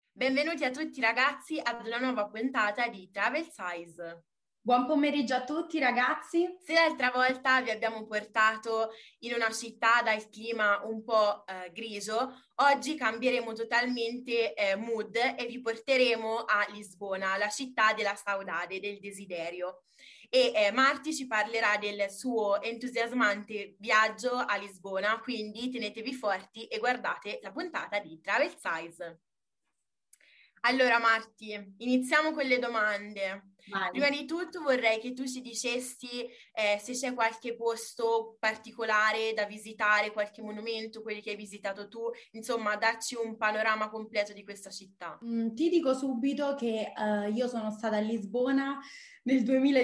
Benvenuti a tutti ragazzi ad una nuova puntata di Travel Size. Buon pomeriggio a tutti ragazzi. Se l'altra volta vi abbiamo portato in una città dal clima un po' grigio, oggi cambieremo totalmente mood e vi porteremo a Lisbona, la città della saudade, del desiderio. Marti ci parlerà del suo entusiasmante viaggio a Lisbona, quindi tenetevi forti e guardate la puntata di Travel Size. Allora, Marti, iniziamo con le domande. Prima Vai. di tutto vorrei che tu ci dicessi se c'è qualche posto particolare da visitare, qualche monumento, quelli che hai visitato tu, insomma, dacci un panorama completo di questa città. Ti dico subito che io sono stata a Lisbona nel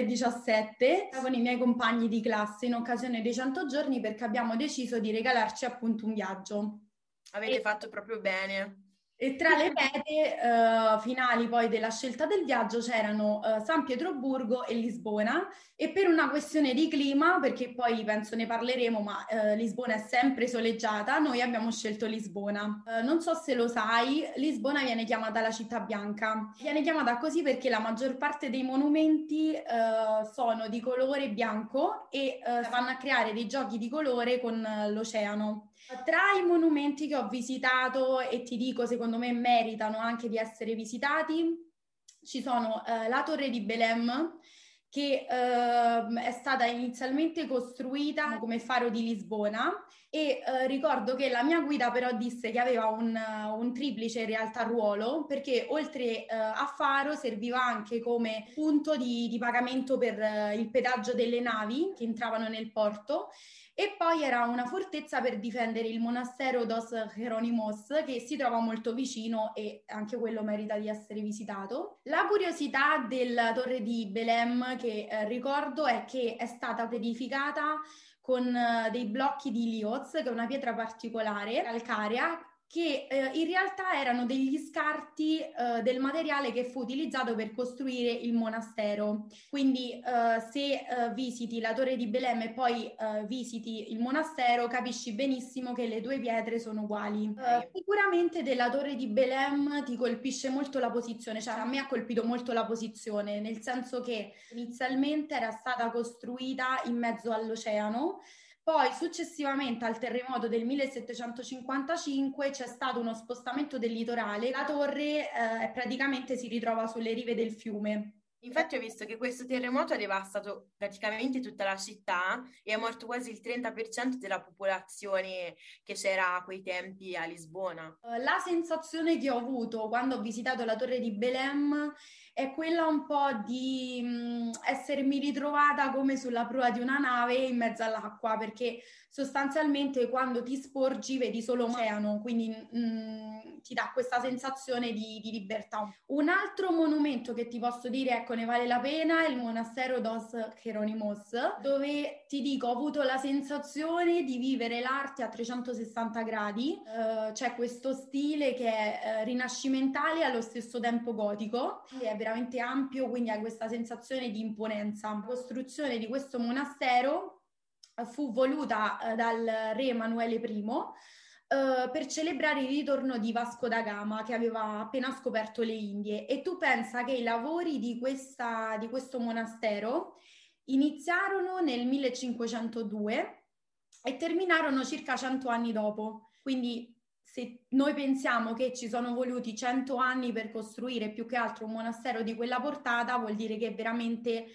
2017 con i miei compagni di classe in occasione dei 100 giorni perché abbiamo deciso di regalarci appunto un viaggio. Avete fatto proprio bene. E tra le mete finali poi della scelta del viaggio c'erano San Pietroburgo e Lisbona e per una questione di clima, perché poi penso ne parleremo, ma Lisbona è sempre soleggiata, noi abbiamo scelto Lisbona. Non so se lo sai, Lisbona viene chiamata la città bianca. Viene chiamata così perché la maggior parte dei monumenti sono di colore bianco e vanno a creare dei giochi di colore con l'oceano. Tra i monumenti che ho visitato e ti dico, secondo me meritano anche di essere visitati, ci sono la Torre di Belém, che è stata inizialmente costruita come faro di Lisbona e ricordo che la mia guida però disse che aveva un triplice in realtà ruolo perché oltre a faro serviva anche come punto di pagamento per il pedaggio delle navi che entravano nel porto e poi era una fortezza per difendere il monastero Dos Jerónimos che si trova molto vicino e anche quello merita di essere visitato. La curiosità della torre di Belém che ricordo è che è stata edificata con dei blocchi di Lioz, che è una pietra particolare, calcarea, che in realtà erano degli scarti del materiale che fu utilizzato per costruire il monastero. Quindi se visiti la Torre di Belem e poi visiti il monastero, capisci benissimo che le due pietre sono uguali. Ok. Sicuramente della Torre di Belem ti colpisce molto la posizione, cioè a me ha colpito molto la posizione, nel senso che inizialmente era stata costruita in mezzo all'oceano. Poi successivamente al terremoto del 1755 c'è stato uno spostamento del litorale, la torre praticamente si ritrova sulle rive del fiume. Infatti ho visto che questo terremoto ha devastato praticamente tutta la città e è morto quasi il 30% della popolazione che c'era a quei tempi a Lisbona. La sensazione che ho avuto quando ho visitato la torre di Belém è quella un po' di essermi ritrovata come sulla prua di una nave in mezzo all'acqua, perché sostanzialmente quando ti sporgi vedi solo oceano, quindi ti dà questa sensazione di libertà. Un altro monumento che ti posso dire, ecco, ne vale la pena, è il monastero Dos Jerónimos, dove ti dico, ho avuto la sensazione di vivere l'arte a 360 gradi. C'è questo stile che è rinascimentale e allo stesso tempo gotico, che è veramente ampio, quindi hai questa sensazione di imponenza. La costruzione di questo monastero fu voluta dal re Emanuele I per celebrare il ritorno di Vasco da Gama che aveva appena scoperto le Indie e tu pensa che i lavori di questo monastero iniziarono nel 1502 e terminarono circa 100 anni dopo. Quindi se noi pensiamo che ci sono voluti 100 anni per costruire più che altro un monastero di quella portata, vuol dire che veramente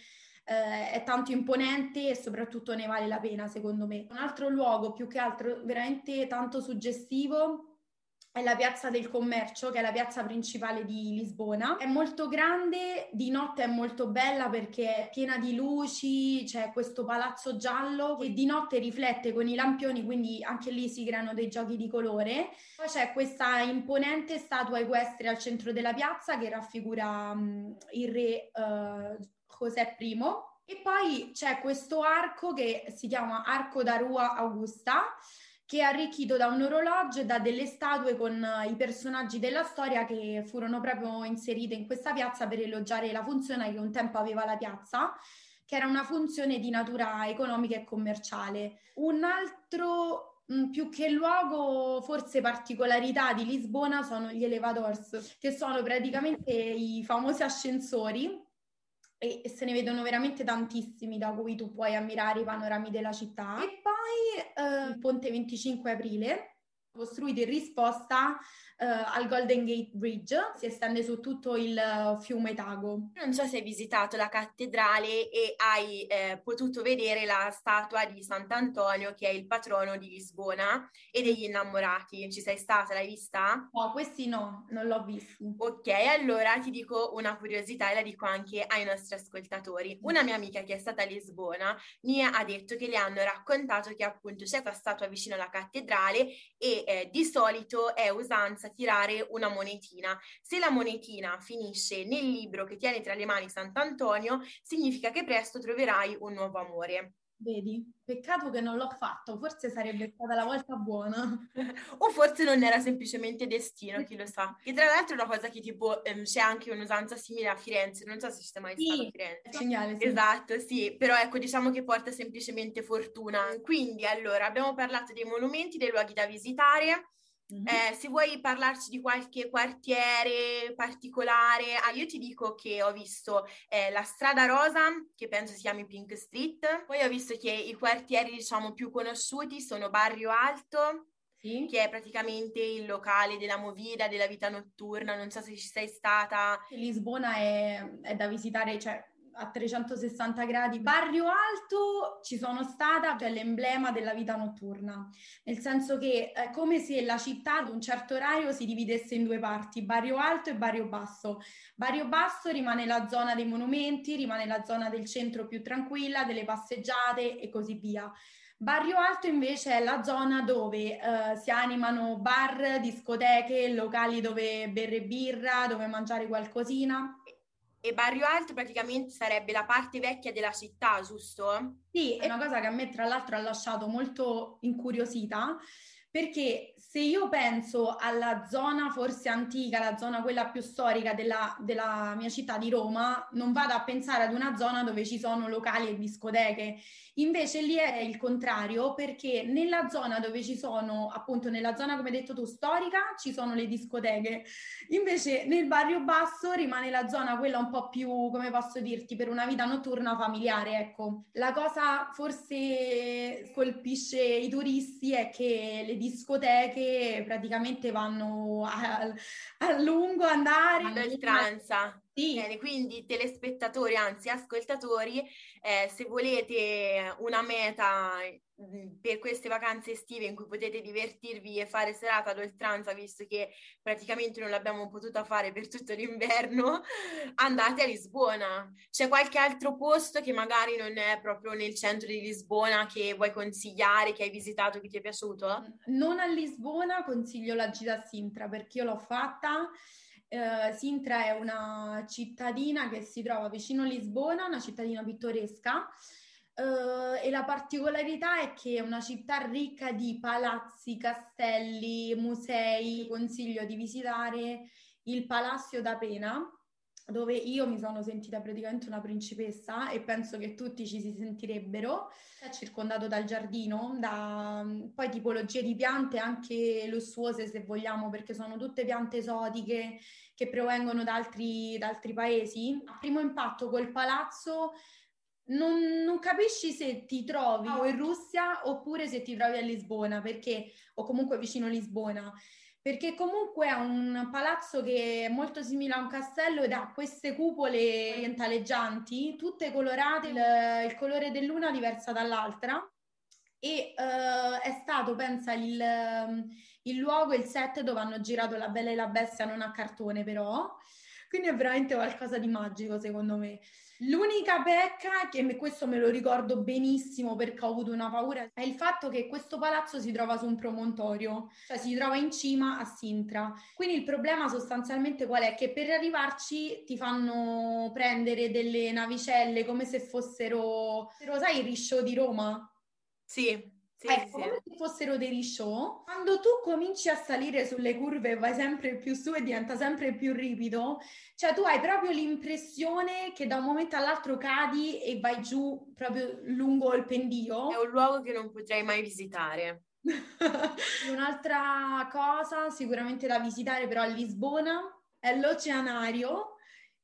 è tanto imponente e soprattutto ne vale la pena, secondo me. Un altro luogo più che altro veramente tanto suggestivo è la Piazza del Commercio, che è la piazza principale di Lisbona. È molto grande, di notte è molto bella perché è piena di luci, c'è questo palazzo giallo che di notte riflette con i lampioni, quindi anche lì si creano dei giochi di colore. Poi c'è questa imponente statua equestre al centro della piazza che raffigura il re José I. E poi c'è questo arco che si chiama Arco da Rua Augusta, che è arricchito da un orologio e da delle statue con i personaggi della storia che furono proprio inserite in questa piazza per elogiare la funzione che un tempo aveva la piazza, che era una funzione di natura economica e commerciale. Un altro Più che luogo, forse particolarità di Lisbona sono gli elevadors, che sono praticamente i famosi ascensori e se ne vedono veramente tantissimi da cui tu puoi ammirare i panorami della città. E poi il Ponte 25 Aprile, costruito in risposta al Golden Gate Bridge, si estende su tutto il fiume Tago. Non so se hai visitato la cattedrale e hai potuto vedere la statua di Sant'Antonio, che è il patrono di Lisbona e degli innamorati. Ci sei stata? L'hai vista? No, questi no, non l'ho visti. Ok, allora ti dico una curiosità e la dico anche ai nostri ascoltatori. Una mia amica che è stata a Lisbona mi ha detto che le hanno raccontato che appunto c'è questa statua vicino alla cattedrale e di solito è usanza tirare una monetina. Se la monetina finisce nel libro che tiene tra le mani Sant'Antonio, significa che presto troverai un nuovo amore. Vedi? Peccato che non l'ho fatto, forse sarebbe stata la volta buona. O forse non era semplicemente destino, chi lo sa. Che tra l'altro è una cosa che tipo c'è anche un'usanza simile a Firenze, non so se ci sei mai stata a Sì, Firenze. geniale, sì. Esatto, sì, però ecco diciamo che porta semplicemente fortuna. Quindi allora abbiamo parlato dei monumenti, dei luoghi da visitare. Se vuoi parlarci di qualche quartiere particolare, io ti dico che ho visto la Strada Rosa, che penso si chiami Pink Street, poi ho visto che i quartieri, diciamo, più conosciuti sono Barrio Alto, Sì. che è praticamente il locale della movida, della vita notturna, non so se ci sei stata. Lisbona è da visitare, cioè a 360 gradi. Barrio Alto ci sono stata, cioè l'emblema della vita notturna, nel senso che è come se la città ad un certo orario si dividesse in due parti, Barrio Alto e Barrio Basso. Barrio Basso rimane la zona dei monumenti, rimane la zona del centro più tranquilla, delle passeggiate e così via. Barrio Alto invece è la zona dove si animano bar, discoteche, locali dove bere birra, dove mangiare qualcosina. E Barrio Alto praticamente sarebbe la parte vecchia della città, giusto? Sì, è una cosa che a me tra l'altro ha lasciato molto incuriosita, perché se io penso alla zona forse antica, la zona quella più storica della mia città di Roma, non vado a pensare ad una zona dove ci sono locali e discoteche. Invece lì è il contrario, perché nella zona dove ci sono, appunto nella zona come hai detto tu, storica, ci sono le discoteche. Invece nel Barrio Basso rimane la zona quella un po' più, come posso dirti, per una vita notturna familiare, ecco. La cosa forse colpisce i turisti è che le discoteche praticamente vanno a lungo andare. Ad oltranza. Sì, Bene, quindi telespettatori, anzi ascoltatori, se volete una meta per queste vacanze estive in cui potete divertirvi e fare serata ad oltranza, visto che praticamente non l'abbiamo potuta fare per tutto l'inverno, andate a Lisbona. C'è qualche altro posto che magari non è proprio nel centro di Lisbona che vuoi consigliare, che hai visitato, che ti è piaciuto? non a Lisbona, consiglio la gita a Sintra perché io l'ho fatta. Sintra è una cittadina che si trova vicino a Lisbona, una cittadina pittoresca. E la particolarità è che è una città ricca di palazzi, castelli, musei. Consiglio di visitare il Palacio da Pena, dove io mi sono sentita praticamente una principessa e penso che tutti ci si sentirebbero. È circondato dal giardino, da poi tipologie di piante anche lussuose se vogliamo, perché sono tutte piante esotiche che provengono da altri paesi. A primo impatto col palazzo non capisci se ti trovi o in Russia oppure se ti trovi a Lisbona, perché, o comunque vicino a Lisbona, perché comunque è un palazzo che è molto simile a un castello ed ha queste cupole orientaleggianti, tutte colorate, il colore dell'una diversa dall'altra. E è stato, pensa, il luogo, il set dove hanno girato La Bella e la Bestia, non a cartone però, quindi è veramente qualcosa di magico secondo me. L'unica pecca, questo me lo ricordo benissimo perché ho avuto una paura, è il fatto che questo palazzo si trova su un promontorio, cioè si trova in cima a Sintra. Quindi il problema sostanzialmente qual è? Che per arrivarci ti fanno prendere delle navicelle come se fossero, sai, il Risciò di Roma? Sì, sì, sì, Ecco, come sì. se fossero dei risciò, quando tu cominci a salire sulle curve e vai sempre più su e diventa sempre più ripido, cioè tu hai proprio l'impressione che da un momento all'altro cadi e vai giù proprio lungo il È pendio. un luogo che non potrei mai visitare. Un'altra cosa sicuramente da visitare però a Lisbona è l'Oceanario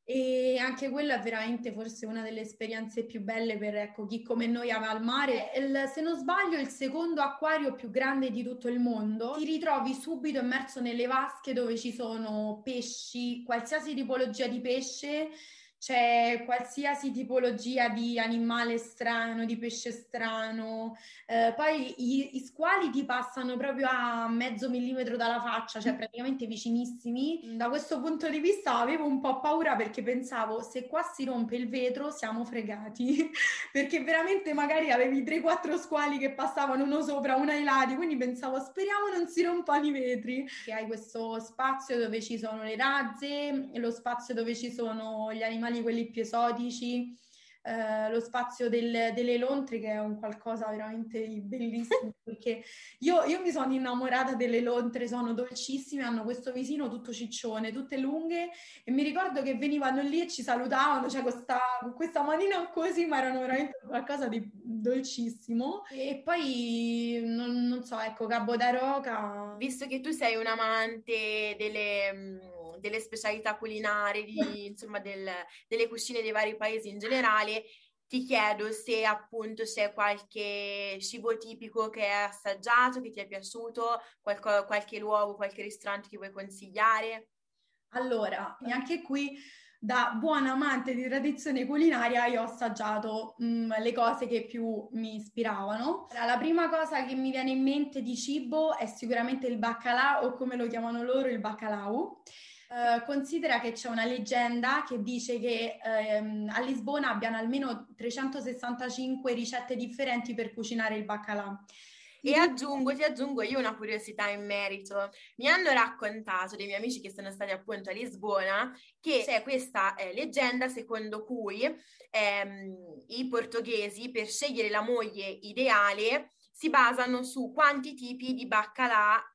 e anche quella è veramente forse una delle esperienze più belle per ecco, chi come noi ama il mare. Se non sbaglio, è il secondo acquario più grande di tutto il mondo. Ti ritrovi subito immerso nelle vasche dove ci sono pesci, qualsiasi tipologia di pesce. C'è qualsiasi tipologia di animale strano, di pesce strano, poi i squali ti passano proprio a mezzo millimetro dalla faccia, cioè praticamente vicinissimi. Da questo punto di vista avevo un po' paura perché pensavo se qua si rompe il vetro siamo fregati, perché veramente magari avevi 3-4 squali che passavano uno sopra, uno ai lati, quindi pensavo speriamo non si rompano i vetri. Che hai questo spazio dove ci sono le razze, lo spazio dove ci sono gli animali quelli più esotici, lo spazio delle lontre che è un qualcosa veramente di bellissimo perché io mi sono innamorata delle lontre, sono dolcissime, hanno questo visino tutto ciccione, tutte lunghe e mi ricordo che venivano lì e ci salutavano, cioè con questa manina così, ma erano veramente qualcosa di dolcissimo. E poi non so, ecco, Cabo da Roca. Visto che tu sei un amante delle specialità culinarie, insomma, delle cucine dei vari paesi in generale, ti chiedo se appunto c'è qualche cibo tipico che hai assaggiato, che ti è piaciuto, qualche luogo, qualche ristorante che vuoi consigliare. Allora, anche qui da buona amante di tradizione culinaria io ho assaggiato le cose che più mi ispiravano. La prima cosa che mi viene in mente di cibo è sicuramente il baccalà o come lo chiamano loro il bacalao. Considera che c'è una leggenda che dice che a Lisbona abbiano almeno 365 ricette differenti per cucinare il baccalà. E ti aggiungo io una curiosità in merito. Mi hanno raccontato dei miei amici che sono stati appunto a Lisbona che c'è questa leggenda secondo cui i portoghesi per scegliere la moglie ideale si basano su quanti tipi di baccalà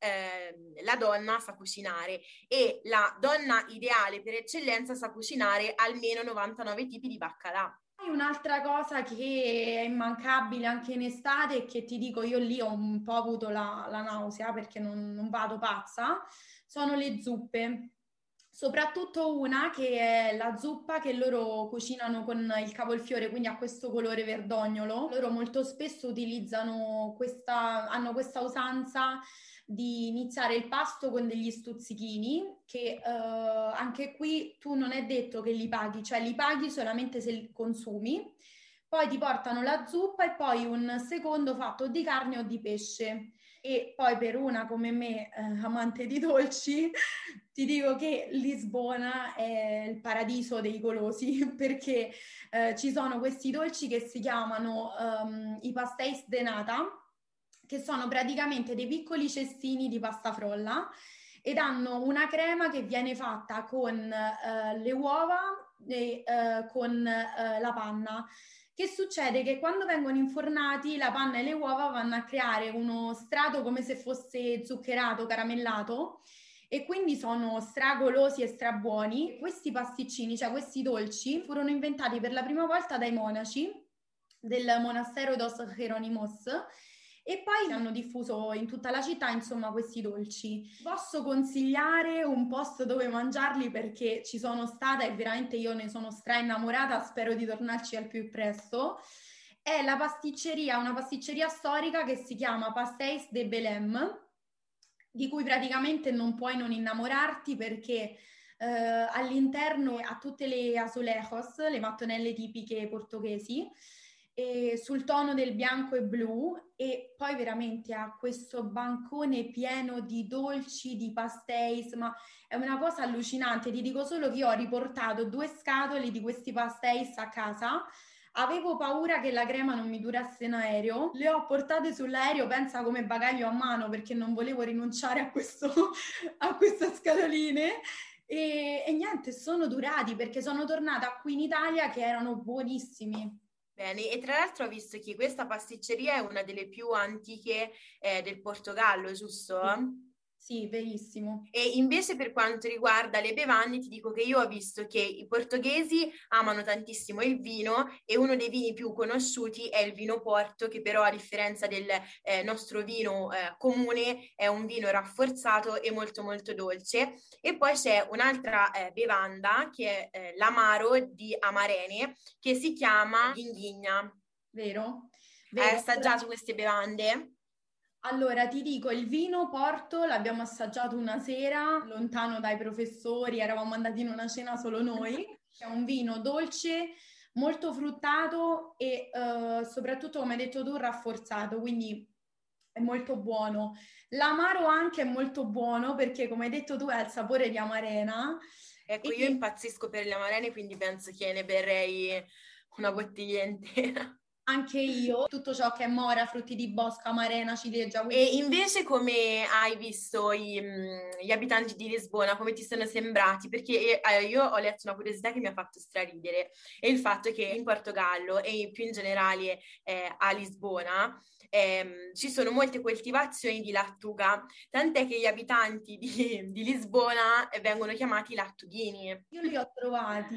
la donna sa cucinare e la donna ideale per eccellenza sa cucinare almeno 99 tipi di baccalà. Poi un'altra cosa che è immancabile anche in estate è che ti dico, io lì ho un po' avuto la nausea perché non vado pazza, sono le zuppe. Soprattutto una che è la zuppa che loro cucinano con il cavolfiore, quindi ha questo colore verdognolo. Loro molto spesso utilizzano hanno questa usanza di iniziare il pasto con degli stuzzichini che anche qui tu non è detto che li paghi, cioè li paghi solamente se li consumi. Poi ti portano la zuppa e poi un secondo fatto di carne o di pesce. E poi per una come me, amante di dolci, ti dico che Lisbona è il paradiso dei golosi perché ci sono questi dolci che si chiamano i pastéis de nata, che sono praticamente dei piccoli cestini di pasta frolla ed hanno una crema che viene fatta con le uova e con la panna. Che succede? Che quando vengono infornati la panna e le uova vanno a creare uno strato come se fosse zuccherato, caramellato e quindi sono stragolosi e strabuoni. Questi pasticcini, cioè questi dolci, furono inventati per la prima volta dai monaci del monastero dos Jerónimos e poi hanno diffuso in tutta la città, insomma, questi dolci. Posso consigliare un posto dove mangiarli perché ci sono stata e veramente io ne sono stra innamorata, spero di tornarci al più presto. È la pasticceria, una pasticceria storica che si chiama Pastéis de Belém, di cui praticamente non puoi non innamorarti perché all'interno ha tutte le azulejos, le mattonelle tipiche portoghesi, sul tono del bianco e blu e poi veramente ha questo bancone pieno di dolci, di pastéis, ma è una cosa allucinante. Ti dico solo che io ho riportato 2 scatole di questi pastéis a casa. Avevo paura che la crema non mi durasse in aereo, le ho portate sull'aereo, pensa come bagaglio a mano perché non volevo rinunciare a a queste scatoline e niente, sono durati perché sono tornata qui in Italia che erano buonissimi. Bene, e tra l'altro ho visto che questa pasticceria è una delle più antiche del Portogallo, giusto? Sì, verissimo. E invece per quanto riguarda le bevande, ti dico che io ho visto che i portoghesi amano tantissimo il vino e uno dei vini più conosciuti è il vino Porto, che però a differenza del nostro vino comune è un vino rafforzato e molto molto dolce. E poi c'è un'altra bevanda che è l'amaro di Amarene che si chiama Ghinghigna. Vero? Hai Vero. assaggiato queste bevande? Allora, ti dico, il vino Porto l'abbiamo assaggiato una sera, lontano dai professori, eravamo andati in una cena solo noi. È un vino dolce, molto fruttato e soprattutto, come hai detto tu, rafforzato, quindi è molto buono. L'amaro anche è molto buono perché, come hai detto tu, ha il sapore di amarena. Ecco, io E impazzisco per le amarene, quindi penso che ne berrei una bottiglia intera. anche io, tutto ciò che è mora, frutti di bosco, amarena, ciliegia, quindi E invece come hai visto gli abitanti di Lisbona, come ti sono sembrati? Perché io ho letto una curiosità che mi ha fatto straridere, e il fatto che in Portogallo e più in generale a Lisbona ci sono molte coltivazioni di lattuga, tant'è che gli abitanti di Lisbona vengono chiamati lattughini. io li ho trovati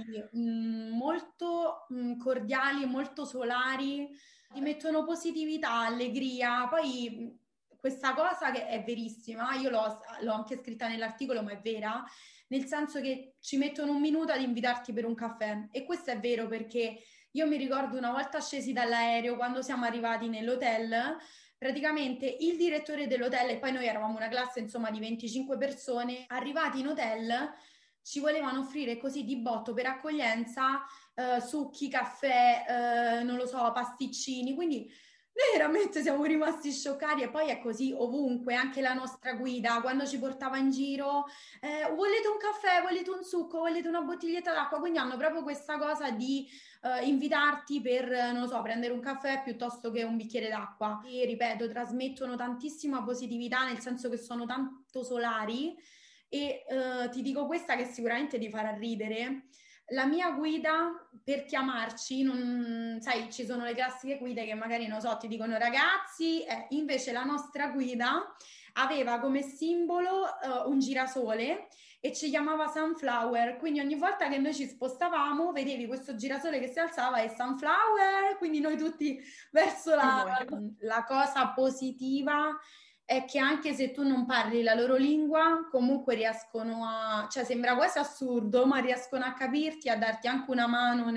molto cordiali, molto solari, ti mettono positività, allegria. Poi questa cosa che è verissima, io l'ho anche scritta nell'articolo, ma è vera, nel senso che ci mettono un minuto ad invitarti per un caffè. E questo è vero perché io mi ricordo una volta scesi dall'aereo, quando siamo arrivati nell'hotel, praticamente il direttore dell'hotel, e poi noi eravamo una classe insomma di 25 persone, arrivati in hotel ci volevano offrire così di botto per accoglienza succhi, caffè, non lo so, pasticcini, quindi noi veramente siamo rimasti scioccati e poi è così ovunque, anche la nostra guida quando ci portava in giro, volete un caffè, volete un succo, volete una bottiglietta d'acqua, quindi hanno proprio questa cosa di invitarti per, non lo so, prendere un caffè piuttosto che un bicchiere d'acqua. E ripeto, trasmettono tantissima positività nel senso che sono tanto solari e ti dico questa che sicuramente ti farà ridere. La mia guida per chiamarci, sai, ci sono le classiche guide che magari, non so, ti dicono ragazzi, invece la nostra guida aveva come simbolo un girasole e ci chiamava Sunflower, quindi ogni volta che noi ci spostavamo vedevi questo girasole che si alzava e Sunflower, quindi noi tutti verso la cosa positiva è che anche se tu non parli la loro lingua, comunque riescono a, cioè sembra quasi assurdo, ma riescono a capirti, a darti anche una mano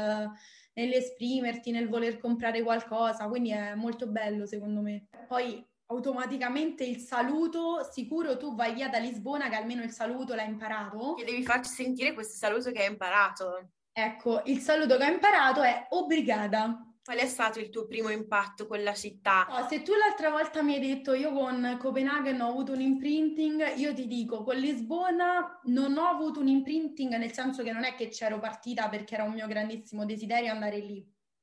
nell'esprimerti, nel voler comprare qualcosa, quindi è molto bello secondo me. Poi automaticamente il saluto, sicuro tu vai via da Lisbona che almeno il saluto l'hai imparato. Che devi farci sentire questo saluto che hai imparato. Ecco, il saluto che ho imparato è obrigada. Qual è stato il tuo primo impatto con la città? No, se tu l'altra volta mi hai detto io con Copenaghen ho avuto un imprinting, io ti dico con Lisbona non ho avuto un imprinting nel senso che non è che c'ero partita perché era un mio grandissimo desiderio andare lì,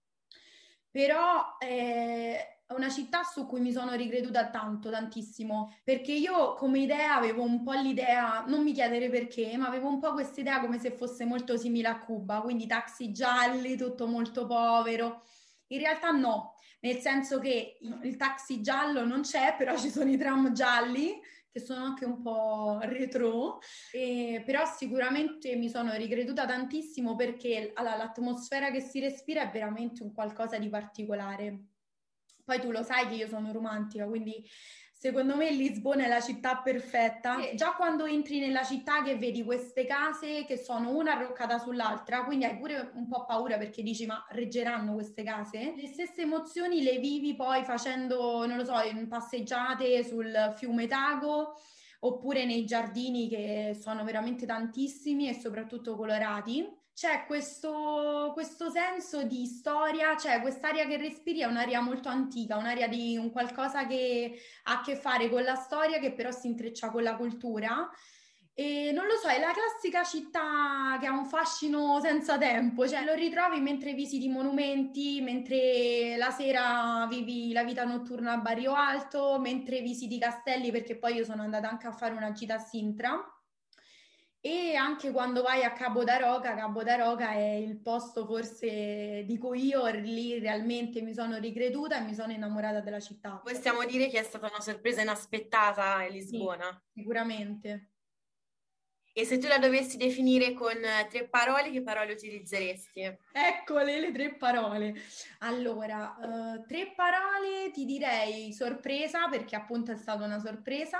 però è una città su cui mi sono ricreduta tanto, tantissimo, perché io come idea avevo un po' l'idea, non mi chiedere perché, ma avevo un po' questa idea come se fosse molto simile a Cuba, quindi taxi gialli, tutto molto povero. In realtà no, nel senso che il taxi giallo non c'è, però ci sono i tram gialli che sono anche un po' retro, però sicuramente mi sono ricreduta tantissimo perché allora, l'atmosfera che si respira è veramente un qualcosa di particolare. Poi tu lo sai che io sono romantica, quindi secondo me Lisbona è la città perfetta. E già quando entri nella città che vedi queste case che sono una arroccata sull'altra, quindi hai pure un po' paura perché dici ma reggeranno queste case? Le stesse emozioni le vivi poi facendo, non lo so, in passeggiate sul fiume Tago oppure nei giardini che sono veramente tantissimi e soprattutto colorati. C'è questo senso di storia, cioè quest'aria che respiri è un'aria molto antica, un'aria di un qualcosa che ha a che fare con la storia, che però si intreccia con la cultura. E non lo so, è la classica città che ha un fascino senza tempo, cioè lo ritrovi mentre visiti monumenti, mentre la sera vivi la vita notturna a Barrio Alto, mentre visiti i castelli, perché poi io sono andata anche a fare una gita a Sintra E anche quando vai a Cabo da Roca è il posto forse, dico io, lì realmente mi sono ricreduta e mi sono innamorata della città. Possiamo dire che è stata una sorpresa inaspettata a Sì, Lisbona. sicuramente. E se tu la dovessi definire con 3 parole, che parole utilizzeresti? Eccole le tre parole. Allora, tre parole ti direi sorpresa, perché appunto è stata una sorpresa.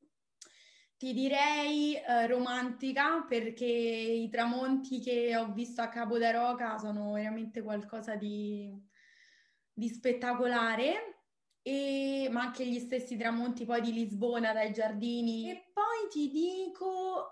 Ti direi romantica, perché i tramonti che ho visto a Capo da Roca sono veramente qualcosa di spettacolare. Ma anche gli stessi tramonti poi di Lisbona dai giardini. E poi ti dico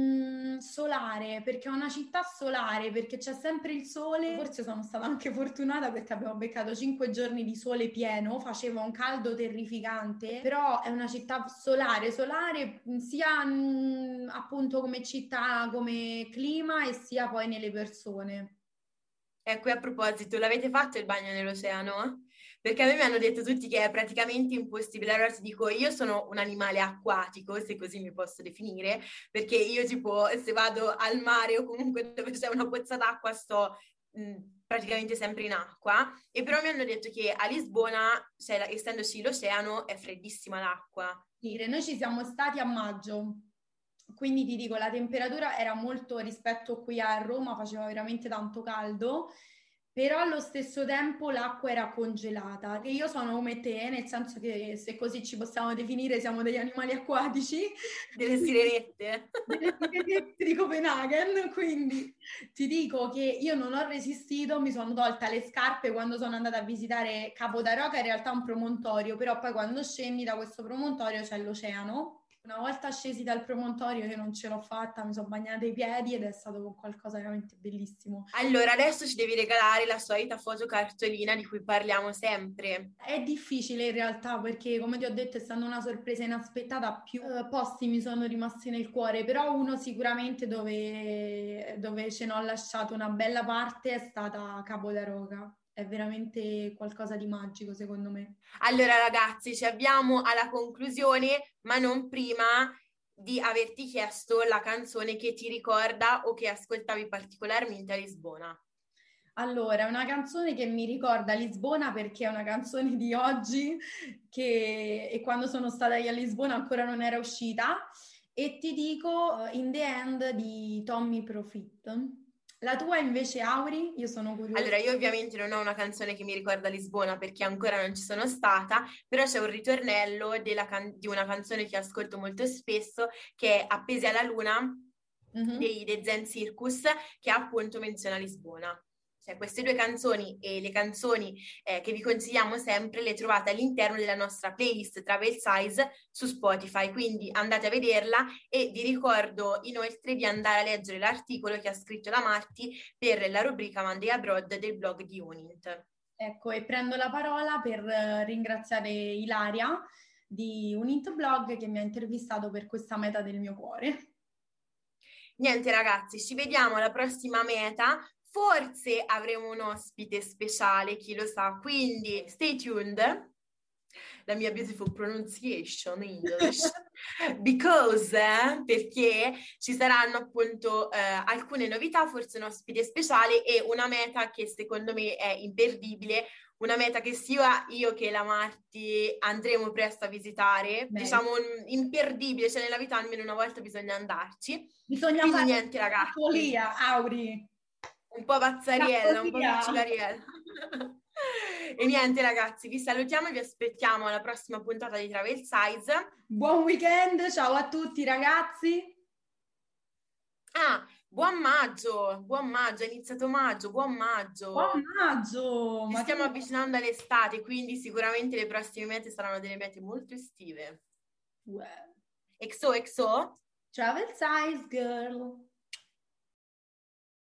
solare, perché è una città solare, perché c'è sempre il sole. Forse sono stata anche fortunata perché abbiamo beccato 5 giorni di sole pieno, faceva un caldo terrificante, però è una città solare, solare sia appunto come città, come clima e sia poi nelle persone. E qui a proposito, l'avete fatto il bagno nell'oceano? Perché a me mi hanno detto tutti che è praticamente impossibile. Allora ti dico, io sono un animale acquatico, se così mi posso definire, perché io tipo se vado al mare o comunque dove c'è una pozza d'acqua sto praticamente sempre in acqua. E però mi hanno detto che a Lisbona, cioè, essendoci l'oceano, è freddissima l'acqua. Dire, noi ci siamo stati a maggio, quindi ti dico, la temperatura era molto rispetto qui a Roma, faceva veramente tanto caldo, però allo stesso tempo l'acqua era congelata. E io sono come te, nel senso che se così ci possiamo definire, siamo degli animali acquatici, Delle quindi sirenette. delle sirenette di Copenaghen, quindi ti dico che io non ho resistito, mi sono tolta le scarpe quando sono andata a visitare Capo da Roca, in realtà è un promontorio, però poi quando scendi da questo promontorio c'è l'oceano. Una volta scesi dal promontorio io non ce l'ho fatta, mi sono bagnata i piedi ed è stato qualcosa veramente bellissimo. Allora, adesso ci devi regalare la solita foto cartolina di cui parliamo sempre. È difficile in realtà perché, come ti ho detto, essendo una sorpresa inaspettata, più posti mi sono rimasti nel cuore, però uno sicuramente dove ce n'ho lasciato una bella parte è stata Capo da Roca. È veramente qualcosa di magico, secondo me. Allora, ragazzi, ci avviamo alla conclusione, ma non prima di averti chiesto la canzone che ti ricorda o che ascoltavi particolarmente a Lisbona. Allora, è una canzone che mi ricorda Lisbona perché è una canzone di oggi e quando sono stata io a Lisbona ancora non era uscita. E ti dico In the End di Tommy Profit. La tua invece, Auri? Io sono curiosa. Allora, io ovviamente non ho una canzone che mi ricorda Lisbona perché ancora non ci sono stata, però c'è un ritornello di una canzone che ascolto molto spesso, che è Appesi alla Luna Mhm. dei Zen Circus, che appunto menziona Lisbona. Cioè, queste 2 canzoni e le canzoni che vi consigliamo sempre le trovate all'interno della nostra playlist Travel Size su Spotify, quindi andate a vederla e vi ricordo inoltre di andare a leggere l'articolo che ha scritto la Marti per la rubrica Monday Abroad del blog di Unint. Ecco, e prendo la parola per ringraziare Ilaria di Unit Blog che mi ha intervistato per questa meta del mio cuore. Niente ragazzi, ci vediamo alla prossima meta. Forse avremo un ospite speciale, chi lo sa, quindi stay tuned. La mia beautiful pronunciation English. Because, perché ci saranno appunto alcune novità, forse un ospite speciale e una meta che secondo me è imperdibile, una meta che sia io che la Marti andremo presto a visitare, Beh, diciamo imperdibile, cioè nella vita almeno una volta bisogna andarci. bisogna Quindi fare niente la ragazzi, follia, Auri. un po' La pazzariella, un po' follia. piccicariella. E niente ragazzi, vi salutiamo e vi aspettiamo alla prossima puntata di Travel Size. Buon weekend, ciao a tutti ragazzi. Ah, buon maggio, è iniziato maggio, buon Buon maggio. maggio! Ci Ma che stiamo avvicinando all'estate, quindi sicuramente le prossime mete saranno delle mete molto estive. Well, XO, XO? travel size girl.